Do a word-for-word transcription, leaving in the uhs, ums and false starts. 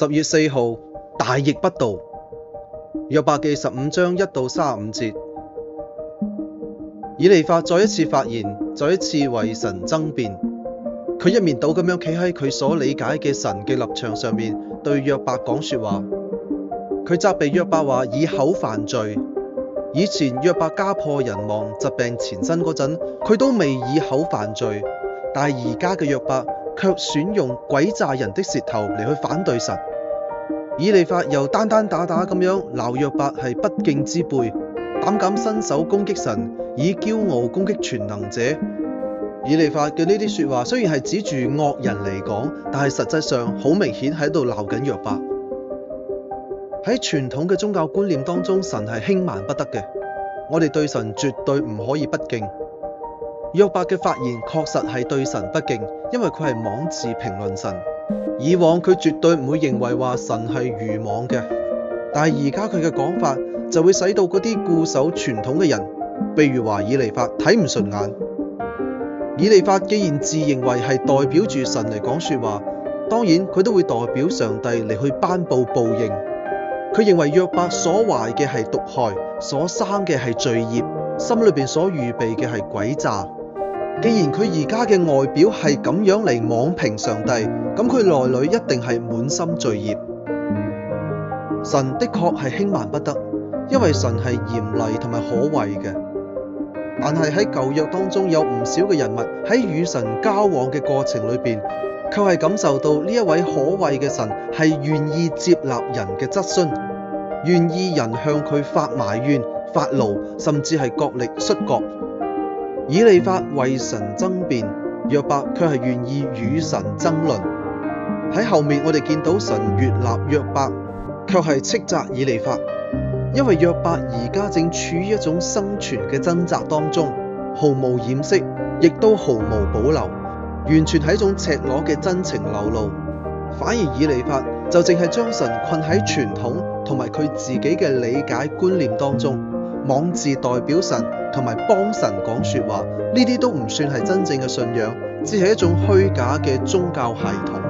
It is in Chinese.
十月四號，大逆不道。約伯記十五章一到三十五節，以利法再一次發言，再一次為神爭辯。佢一面倒咁樣企喺佢所理解嘅神嘅立場上面，對約伯講說話。佢責備約伯話以口犯罪。以前約伯家破人亡、疾病纏身嗰陣，佢都未以口犯罪，但係而家嘅約伯卻選用詭詐人的舌頭嚟去反對神。以利法又單單打打咁樣鬧約伯係不敬之輩，膽敢伸手攻擊神，以驕傲攻擊全能者。以利法嘅呢啲說話雖然係指住惡人嚟講，但係實際上好明顯喺度鬧緊約伯。喺傳統嘅宗教觀念當中，神係輕慢不得嘅，我哋對神絕對唔可以不敬。約伯嘅發言確實係對神不敬，因為佢係妄自評論神。以往佢絕對唔會認為話神係愚妄嘅，但係而家佢嘅講法就會使到嗰啲固守傳統嘅人，譬如話以利法睇唔順眼。以利法既然自認為係代表住神嚟講說話，當然佢都會代表上帝嚟去頒布報應。佢認為約伯所懷嘅係毒害，所生嘅係罪孽，心裏邊所預備嘅係詭詐。既然佢而家嘅外表係咁樣嚟妄評上帝，咁佢內裏一定係滿心罪孽。神的確係輕慢不得，因為神係嚴厲同埋可畏嘅。但係喺舊約當中有唔少嘅人物喺與神交往嘅過程裏邊，卻係感受到呢一位可畏嘅神係願意接納人嘅質詢，願意人向佢發埋怨、發怒，甚至係角力摔角。以利法為神爭辯，約伯卻係願意與神爭論。喺後面我哋見到神悅納約伯，卻係斥責以利法，因為約伯而家正處於一種生存嘅掙扎當中，毫無掩飾，亦都毫無保留，完全係一種赤裸嘅真情流露。反而以利法就淨係將神困喺傳統同埋佢自己嘅理解觀念當中，妄自代表神同埋幫神講說話，呢啲都唔算係真正嘅信仰，只係一種虛假嘅宗教系統。